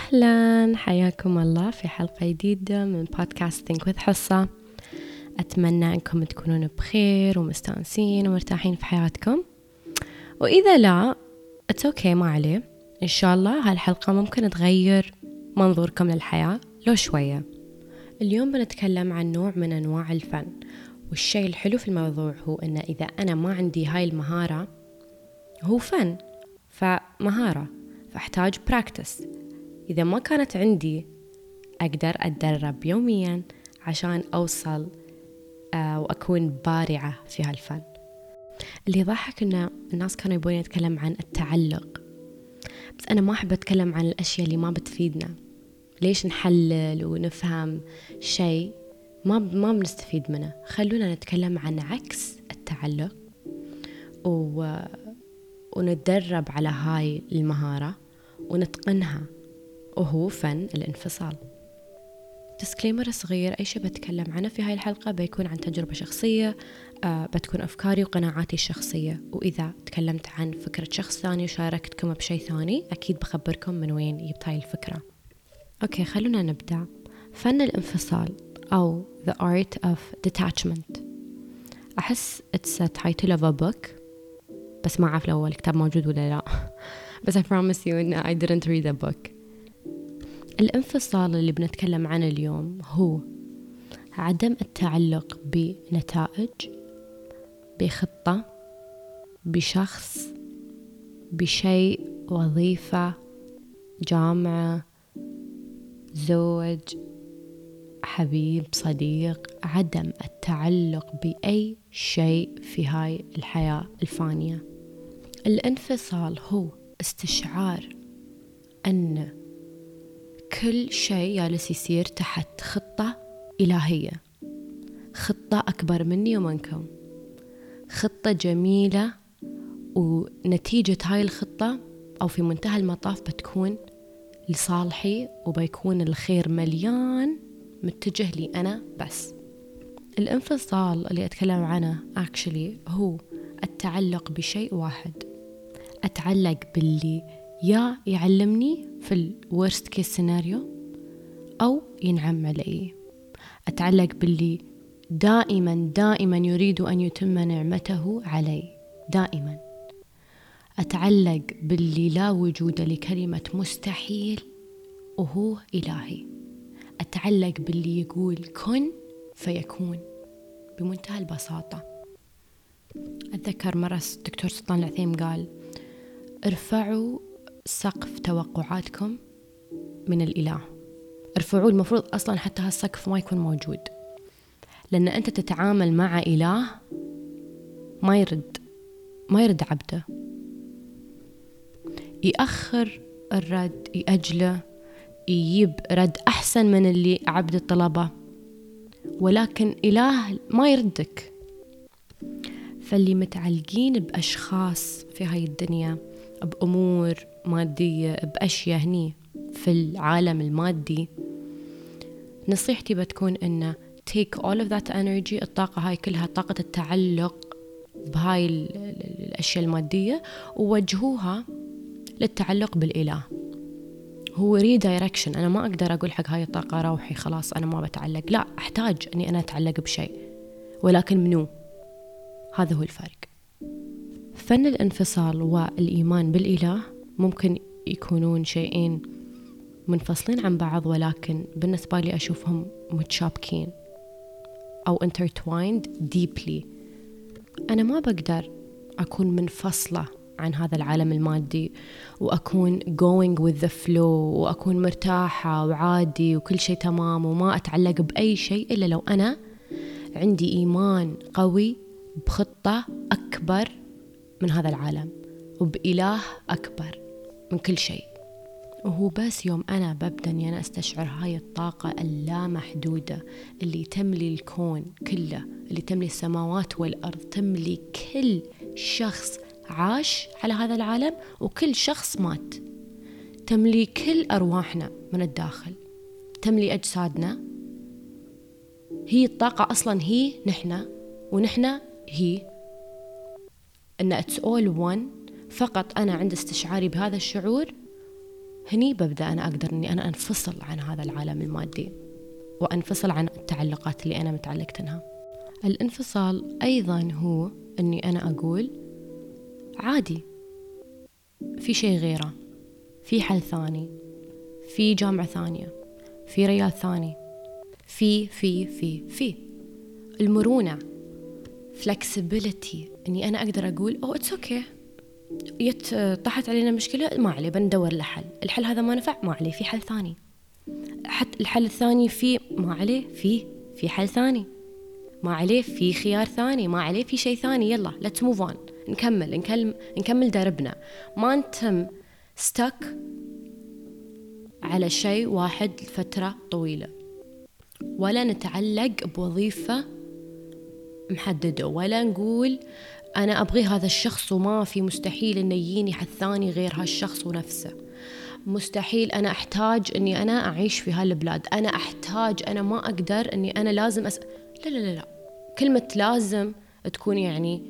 أهلا، حياكم الله في حلقة جديدة من بودكاست Think with حصة. أتمنى أنكم تكونون بخير ومستانسين ومرتاحين في حياتكم، وإذا لا it's okay، ما عليه. إن شاء الله هالحلقة ممكن تغير منظوركم للحياة لو شوية. اليوم بنتكلم عن نوع من أنواع الفن، والشيء الحلو في الموضوع هو أن إذا أنا ما عندي هاي المهارة هو فن، فمهارة فأحتاج براكتس. إذا ما كانت عندي أقدر أتدرب يوميا عشان أوصل وأكون بارعة في هالفن. اللي يضحك إن الناس كانوا يبون يتكلم عن التعلق، بس أنا ما أحب أتكلم عن الأشياء اللي ما بتفيدنا. ليش نحلل ونفهم شيء ما بنستفيد منه؟ خلونا نتكلم عن عكس التعلق ونتدرب على هاي المهارة ونتقنها، وهو فن الانفصال. ديسكليمر صغير، أي شيء بتكلم عنه في هاي الحلقة بيكون عن تجربة شخصية، بتكون أفكاري وقناعاتي الشخصية، وإذا تكلمت عن فكرة شخص ثاني وشاركتكم بشيء ثاني أكيد بخبركم من وين جبت هاي الفكرة. أوكي، خلونا نبدأ. فن الانفصال أو The Art of Detachment. أحس it's a title of a book، بس ما أعرف لو الكتاب موجود ولا لا بس I promise you إن I didn't read a book. الانفصال اللي بنتكلم عنه اليوم هو عدم التعلق بنتائج، بخطة، بشخص، بشيء، وظيفة، جامعة، زوج، حبيب، صديق. عدم التعلق بأي شيء في هاي الحياة الفانية. الانفصال هو استشعار أن كل شيء جالس يصير تحت خطة إلهية، خطة أكبر مني ومنكم، خطة جميلة، ونتيجة هاي الخطة أو في منتهى المطاف بتكون لصالحي، وبيكون الخير مليان متجه لي أنا بس. الانفصال اللي أتكلم عنه actually هو التعلق بشيء واحد، أتعلق باللي يا يعلمني في الورست كيس سيناريو أو ينعم علي، أتعلق باللي دائما يريد أن يتم نعمته علي، دائما أتعلق باللي لا وجود لكلمة مستحيل وهو إلهي، أتعلق باللي يقول كن فيكون بمنتهى البساطة. أتذكر مرة دكتور سلطان العثيم قال ارفعوا سقف توقعاتكم من الإله، ارفعوا. المفروض أصلا حتى هالسقف ما يكون موجود، لأن أنت تتعامل مع إله ما يرد عبده، يأخر الرد، يأجله، يجيب رد أحسن من اللي عبد الطلبة، ولكن إله ما يردك. فاللي متعلقين بأشخاص في هاي الدنيا، بأمور مادية، بأشياء هني في العالم المادي، نصيحتي بتكون إنه take all of that energy، الطاقة هاي كلها، طاقة التعلق بهاي الأشياء المادية، ووجهوها للتعلق بالإله. هو redirection. أنا ما أقدر أقول حق هاي الطاقة روحي خلاص أنا ما بتعلق، لا، أحتاج أني أنا أتعلق بشيء، ولكن منو؟ هذا هو الفرق. فن الانفصال والإيمان بالإله ممكن يكونون شيئين منفصلين عن بعض، ولكن بالنسبة لي أشوفهم متشابكين أو intertwined deeply. أنا ما بقدر أكون منفصلة عن هذا العالم المادي وأكون going with the flow وأكون مرتاحة وعادي وكل شيء تمام وما أتعلق بأي شيء، إلا لو أنا عندي إيمان قوي بخطة أكبر من هذا العالم وبإله أكبر من كل شيء. وهو بس يوم أنا ببدأ أني أنا أستشعر هاي الطاقة اللامحدودة اللي تملي الكون كله، اللي تملي السماوات والأرض، تملي كل شخص عاش على هذا العالم وكل شخص مات، تملي كل أرواحنا من الداخل، تملي أجسادنا. هي الطاقة أصلا هي نحنا، ونحنا هي، إن it's all one. فقط أنا عند استشعاري بهذا الشعور هني ببدأ أنا أقدر أني أنا أنفصل عن هذا العالم المادي وأنفصل عن التعلقات اللي أنا متعلقتها. الانفصال أيضا هو أني أنا أقول عادي، في شيء غيره، في حل ثاني، في جامعة ثانية، في ريال ثاني، في المرونة، flexibility، أني أنا أقدر أقول it's okay، طاحت علينا مشكلة، ما عليه، بندور لحل، الحل هذا ما نفع، ما عليه، في حل ثاني، حتى الحل الثاني ما عليه، في حل ثاني، ما عليه، في خيار ثاني، ما عليه، في شيء ثاني، يلا let's move on، نكمل دربنا، ما نتم stuck على شيء واحد لفترة طويلة، ولا نتعلق بوظيفة محددة، ولا نقول أنا أبغي هذا الشخص وما في، مستحيل إنه يجيني حد ثاني غير هالشخص ونفسه، مستحيل، أنا أحتاج إني أنا أعيش في هالبلاد، أنا ما أقدر إني أنا لازم لا، كلمة لازم تكون يعني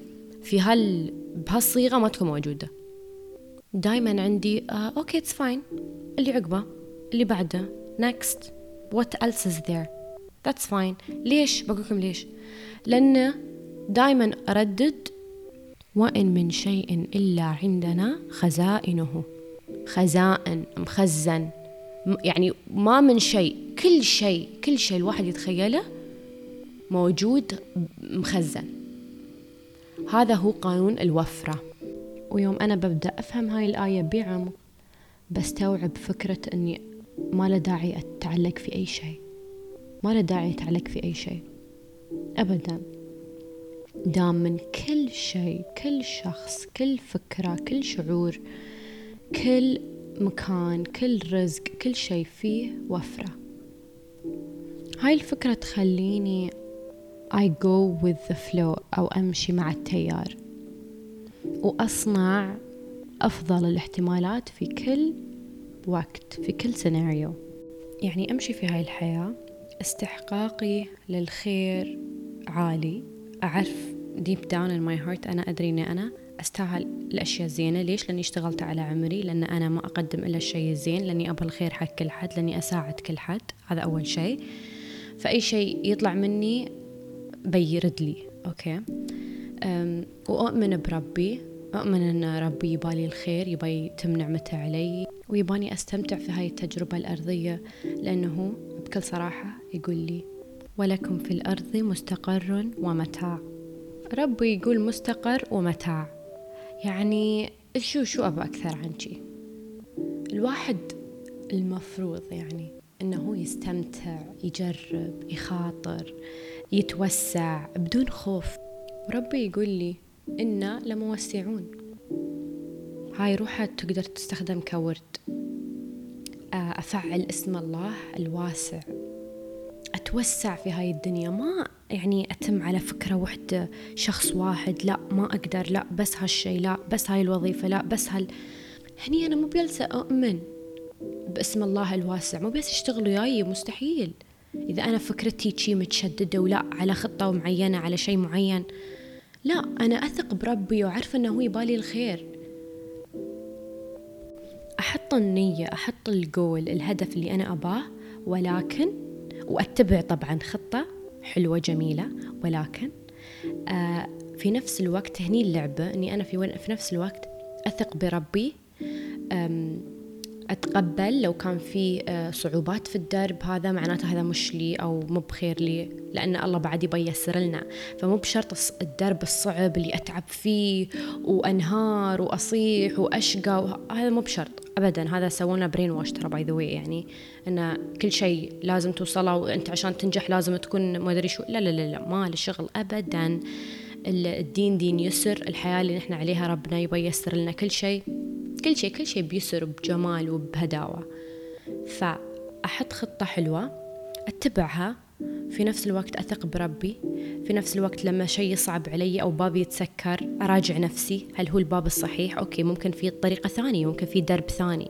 بهالصيغة ما تكون موجودة. دايما عندي أوكي it's fine، اللي عقبه، اللي بعده، next what else is there، that's fine. ليش؟ بقولكم ليش، لأن دايما أردد وإن من شيء إلا عندنا خزائنه، خزائن، مخزن، يعني ما من شيء، كل شيء الواحد يتخيله موجود مخزن. هذا هو قانون الوفرة. ويوم أنا ببدأ أفهم هاي الآية بعمق، بستوعب فكرة أني ما له داعي أتعلق في أي شيء، ما له داعي أتعلق في أي شيء أبدا، دام من كل شيء، كل شخص، كل فكرة، كل شعور، كل مكان، كل رزق، كل شيء فيه وفرة. هاي الفكرة تخليني I go with the flow، أو أمشي مع التيار، وأصنع أفضل الاحتمالات في كل وقت، في كل سيناريو. يعني أمشي في هاي الحياة استحقاقي للخير عالي، أعرف deep down in my heart، أنا أدري أني أنا أستاهل الأشياء الزينة. ليش؟ لأني اشتغلت على عمري، لأن أنا ما أقدم إلا الشيء الزين، لأني أبغى الخير حق كل حد، لأني أساعد كل حد، هذا أول شيء. فأي شيء يطلع مني بيرد لي، أوكي. وأؤمن بربي، أؤمن أن ربي يبالي الخير، يبي يتم نعمته علي، ويباني أستمتع في هاي التجربة الأرضية، لأنه بكل صراحة يقول لي ولكم في الأرض مستقر ومتاع. ربي يقول مستقر ومتاع، يعني شو أبغى أكثر عن شي؟ الواحد المفروض يعني أنه يستمتع، يجرب، يخاطر، يتوسع بدون خوف. وربي يقول لي إنا لموسعون. هاي روحها تقدر تستخدم كورد، أفعل اسم الله الواسع، أتوسع في هاي الدنيا، ما يعني أتم على فكرة واحدة، شخص واحد، لا ما أقدر، لا بس هالشي، لا بس هاي الوظيفة، لا بس هني أنا مو بجلسة أؤمن باسم الله الواسع، مو بس يشتغل وياي، مستحيل. إذا أنا فكرتي شي متشددة ولا على خطة معينة، على شيء معين، لا، أنا أثق بربي وعارفة أنه هو يبالي الخير. أحط النية، أحط الجول، الهدف اللي أنا أباه، ولكن وأتبع طبعا خطة حلوة جميلة، ولكن في نفس الوقت هني اللعبة، أني أنا في نفس الوقت أثق بربي، أتقبل لو كان في صعوبات في الدرب، هذا معناته هذا مش لي أو مو بخير لي، لأن الله بعد يبي يسر لنا، فمو بشرط الدرب الصعب اللي أتعب فيه وأنهار وأصيح وأشقى، هذا مو بشرط أبدا. هذا سوونا برين واش ترى، باي ذا واي، يعني أن كل شيء لازم توصله، وأنت عشان تنجح لازم تكون ما أدري شو، لا لا لا لا، ما للشغل أبدا. الدين دين يسر، الحياة اللي نحن عليها ربنا يبي يسر لنا كل شيء، كل شيء بيسر وبجمال وبهداوة. فأحط خطة حلوة أتبعها، في نفس الوقت أثق بربي، في نفس الوقت لما شيء يصعب علي أو باب يتسكر أراجع نفسي، هل هو الباب الصحيح؟ أوكي، ممكن في طريقة ثانية، ممكن في درب ثاني.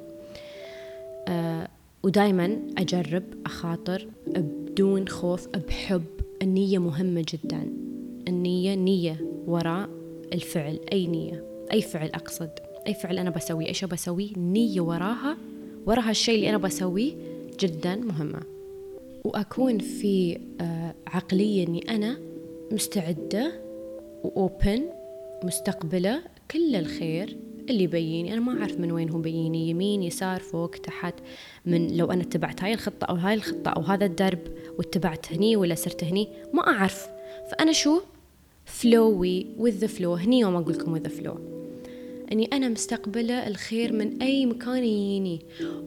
ودايما أجرب، أخاطر بدون خوف، بحب. النية مهمة جدا، النية نية وراء الفعل، أي نية، أي فعل، أقصد أي فعل أنا بسوي، إيش بسوي، نية وراها ورا هالشيء اللي أنا بسويه جدا مهمة، وأكون في عقلية أني أنا مستعدة وأوبن مستقبلة كل الخير اللي بييني. أنا ما أعرف من وين هو بييني، يمين يسار فوق تحت، من لو أنا اتبعت هاي الخطة أو هاي الخطة أو هذا الدرب واتبعت هني ولا صرت هني، ما أعرف. فأنا شو فلوي with the flow. هني يوم أقول لكم with the flow، أني أنا مستقبلة الخير من أي مكان يجيني.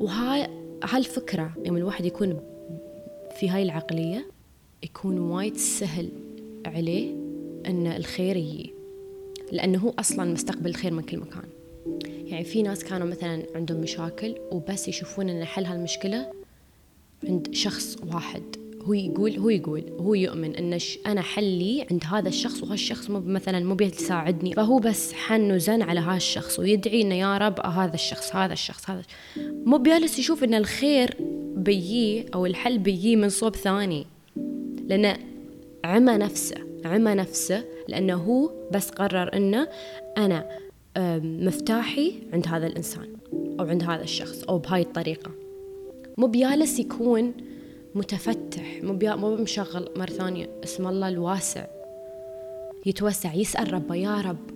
هالفكرة يوم الواحد يكون في هاي العقلية يكون وايد سهل عليه أن الخير يجي، لأنه هو أصلاً مستقبل الخير من كل مكان. يعني في ناس كانوا مثلاً عندهم مشاكل وبس يشوفون أن حل هالمشكلة عند شخص واحد، هو يؤمن أن أنا حلي عند هذا الشخص، وهالشخص مو بيساعدني، فهو بس حن وزن على هالشخص ويدعي أنه يا رب هذا الشخص مو بيالس يشوف أن الخير بيجي أو الحل بيجي من صوب ثاني، لأنه عمى نفسه لأنه هو بس قرر أنه أنا مفتاحي عند هذا الإنسان أو عند هذا الشخص أو بهاي الطريقة. مو بيالس يكون متفتح، مو بمشغل مرة ثانية اسم الله الواسع، يتوسع، يسأل ربه يا رب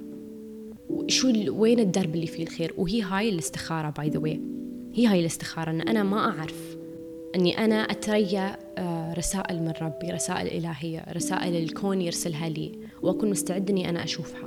وين الدرب اللي فيه الخير. وهي هاي الاستخارة باي ذا واي، هي هاي الاستخارة، أن أنا ما أعرف أني أنا أتريا رسائل من ربي، رسائل إلهية، رسائل الكون يرسلها لي، وأكون مستعد أني أنا أشوفها.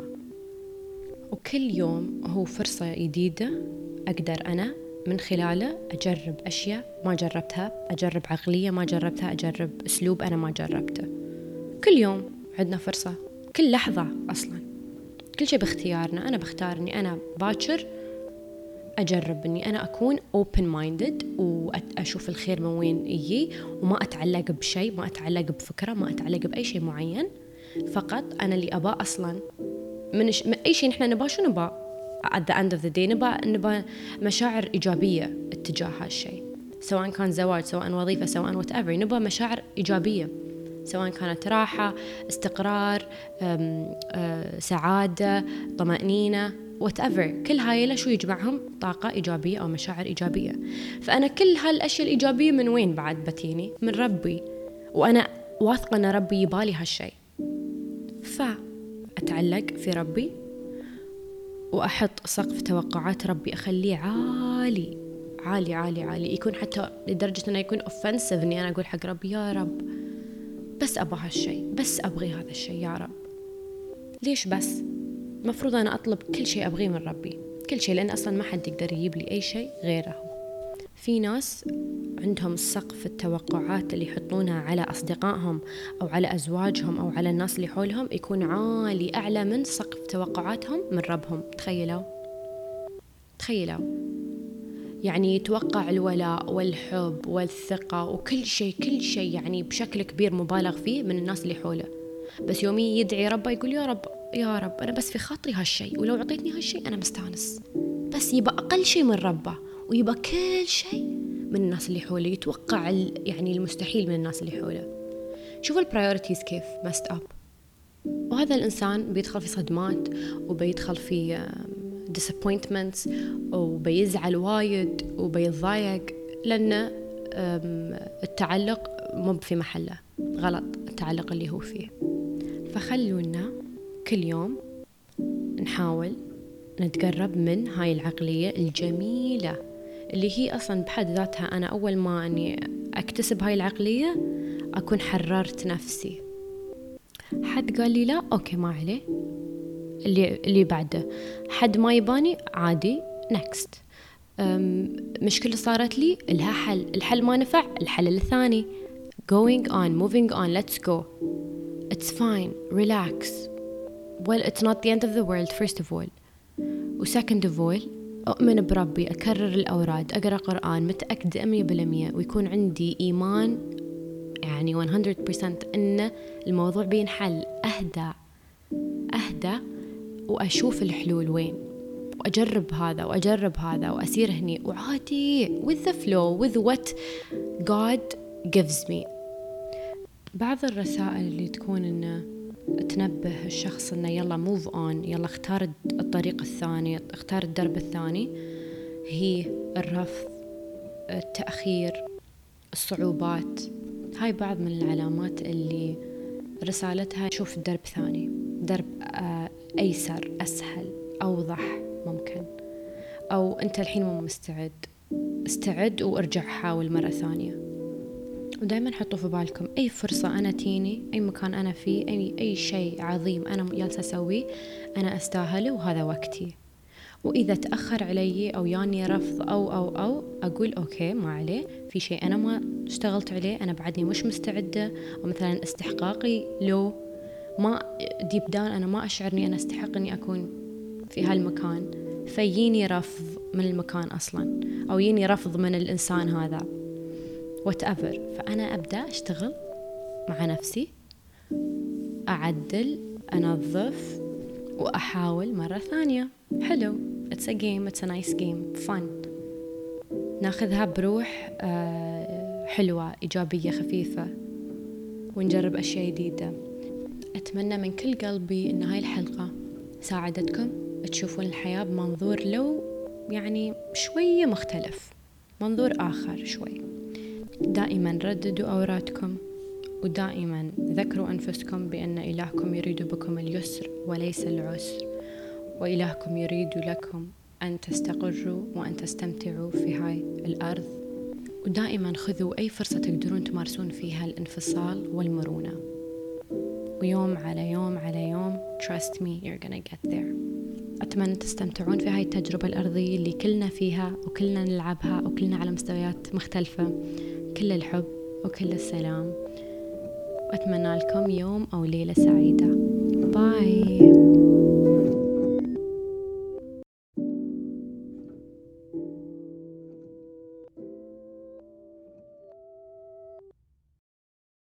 وكل يوم هو فرصة جديدة أقدر أنا من خلاله أجرب أشياء ما جربتها، أجرب عقلية ما جربتها، أجرب أسلوب أنا ما جربته. كل يوم عندنا فرصة، كل لحظة أصلا كل شيء باختيارنا. أنا بختار أني أنا باكر أجرب أني أنا أكون open minded وأشوف الخير من وين يجي، وما أتعلق بشيء، ما أتعلق بفكرة، ما أتعلق بأي شيء معين. فقط أنا اللي أباه أصلا من أي شيء نحن نباه، شو نباه at the end of the day؟ نبى مشاعر إيجابية اتجاه هالشيء، سواء كان زواج، سواء وظيفة، سواء whatever. نبى مشاعر إيجابية، سواء كانت راحة، استقرار، سعادة، طمأنينة، whatever. كل هاي شو يجمعهم؟ طاقة إيجابية أو مشاعر إيجابية. فأنا كل هالأشياء الإيجابية من وين بعد بتيني؟ من ربي، وأنا واثقة أن ربي يبالي هالشيء. فأتعلق في ربي وأحط سقف توقعات ربي، أخليه عالي عالي عالي عالي، يكون حتى لدرجة أنه يكون offensive أني أنا أقول حق ربي يا رب بس أبغى هالشيء، بس أبغي هذا الشيء يا رب. ليش بس؟ مفروض أنا أطلب كل شيء أبغيه من ربي، كل شيء، لأن أصلا ما حد يقدر يجيب لي أي شيء غيره. في ناس عندهم سقف التوقعات اللي يحطونها على أصدقائهم أو على أزواجهم أو على الناس اللي حولهم يكون عالي، أعلى من سقف توقعاتهم من ربهم. تخيلوا يعني يتوقع الولاء والحب والثقة وكل شيء يعني بشكل كبير مبالغ فيه من الناس اللي حوله، بس يومي يدعي ربه يقول يا رب أنا بس في خاطري هالشيء، ولو أعطيتني هالشيء أنا مستانس. بس يبقى أقل شيء من ربه، ويبقى كل شيء من الناس اللي حوله، يتوقع يعني المستحيل من الناس اللي حوله. شوفوا البرايورتيز كيف messed up. وهذا الإنسان بيدخل في صدمات وبيدخل في disappointments وبيزعل وايد وبيتضايق، لأن التعلق مو في محله، غلط التعلق اللي هو فيه. فخلونا كل يوم نحاول نتقرب من هاي العقلية الجميلة اللي هي أصلا بحد ذاتها أنا أول ما أني أكتسب هاي العقلية أكون حررت نفسي. حد قال لي لا أوكي ما عليه، اللي بعده. حد ما يباني عادي next. مشكلة صارت لي لها حل، الحل ما نفع، الحل الثاني. going on, moving on, let's go, it's fine, relax. well it's not the end of the world first of all. second of all أؤمن بربي، أكرر الأوراد، أقرأ قرآن، متأكدة 100% ويكون عندي إيمان يعني 100% أن الموضوع بينحل. أهدى وأشوف الحلول وين، وأجرب هذا وأجرب هذا وأسير هني، وعادي with the flow with what God gives me. بعض الرسائل اللي تكون إنه تنبه الشخص إنه يلا move on، يلا اختار الطريق الثاني، اختار الدرب الثاني، هي الرفض التأخير، الصعوبات. هاي بعض من العلامات اللي رسالتها شوف درب ثاني، درب أيسر، أسهل، أوضح ممكن، أو أنت الحين مو مستعد، استعد وارجع حاول مرة ثانية. ودائما حطوا في بالكم أي فرصة أنا تيني، أي مكان أنا فيه، أي شيء عظيم أنا جالسة أسويه، أنا أستاهله وهذا وقتي. وإذا تأخر علي أو ياني رفض أو أقول أوكي ما عليه، في شيء أنا ما اشتغلت عليه، أنا بعدني مش مستعدة، أو مثلا استحقاقي لو ما ديب دان أنا ما أشعرني أنا استحق أني أكون في هالمكان، فييني رفض من المكان أصلا، أو ييني رفض من الإنسان هذا whatever. فأنا أبدأ أشتغل مع نفسي، أعدل، أنظف، وأحاول مرة ثانية. حلو، it's a game, it's a nice game, fun. ناخذها بروح حلوة، إيجابية، خفيفة، ونجرب أشياء جديدة. أتمنى من كل قلبي إن هاي الحلقة ساعدتكم تشوفون الحياة بمنظور لو يعني شوية مختلف، منظور آخر شوي. دائما رددوا أورادكم، ودائما ذكروا أنفسكم بأن إلهكم يريد بكم اليسر وليس العسر، وإلهكم يريد لكم أن تستقروا وأن تستمتعوا في هاي الأرض. ودائما خذوا أي فرصة تقدرون تمارسون فيها الانفصال والمرونة، ويوم على يوم على يوم trust me you're gonna get there. أتمنى تستمتعون في هاي التجربة الأرضية اللي كلنا فيها وكلنا نلعبها وكلنا على مستويات مختلفة. كل الحب وكل السلام، وأتمنى لكم يوم أو ليلة سعيدة. باي.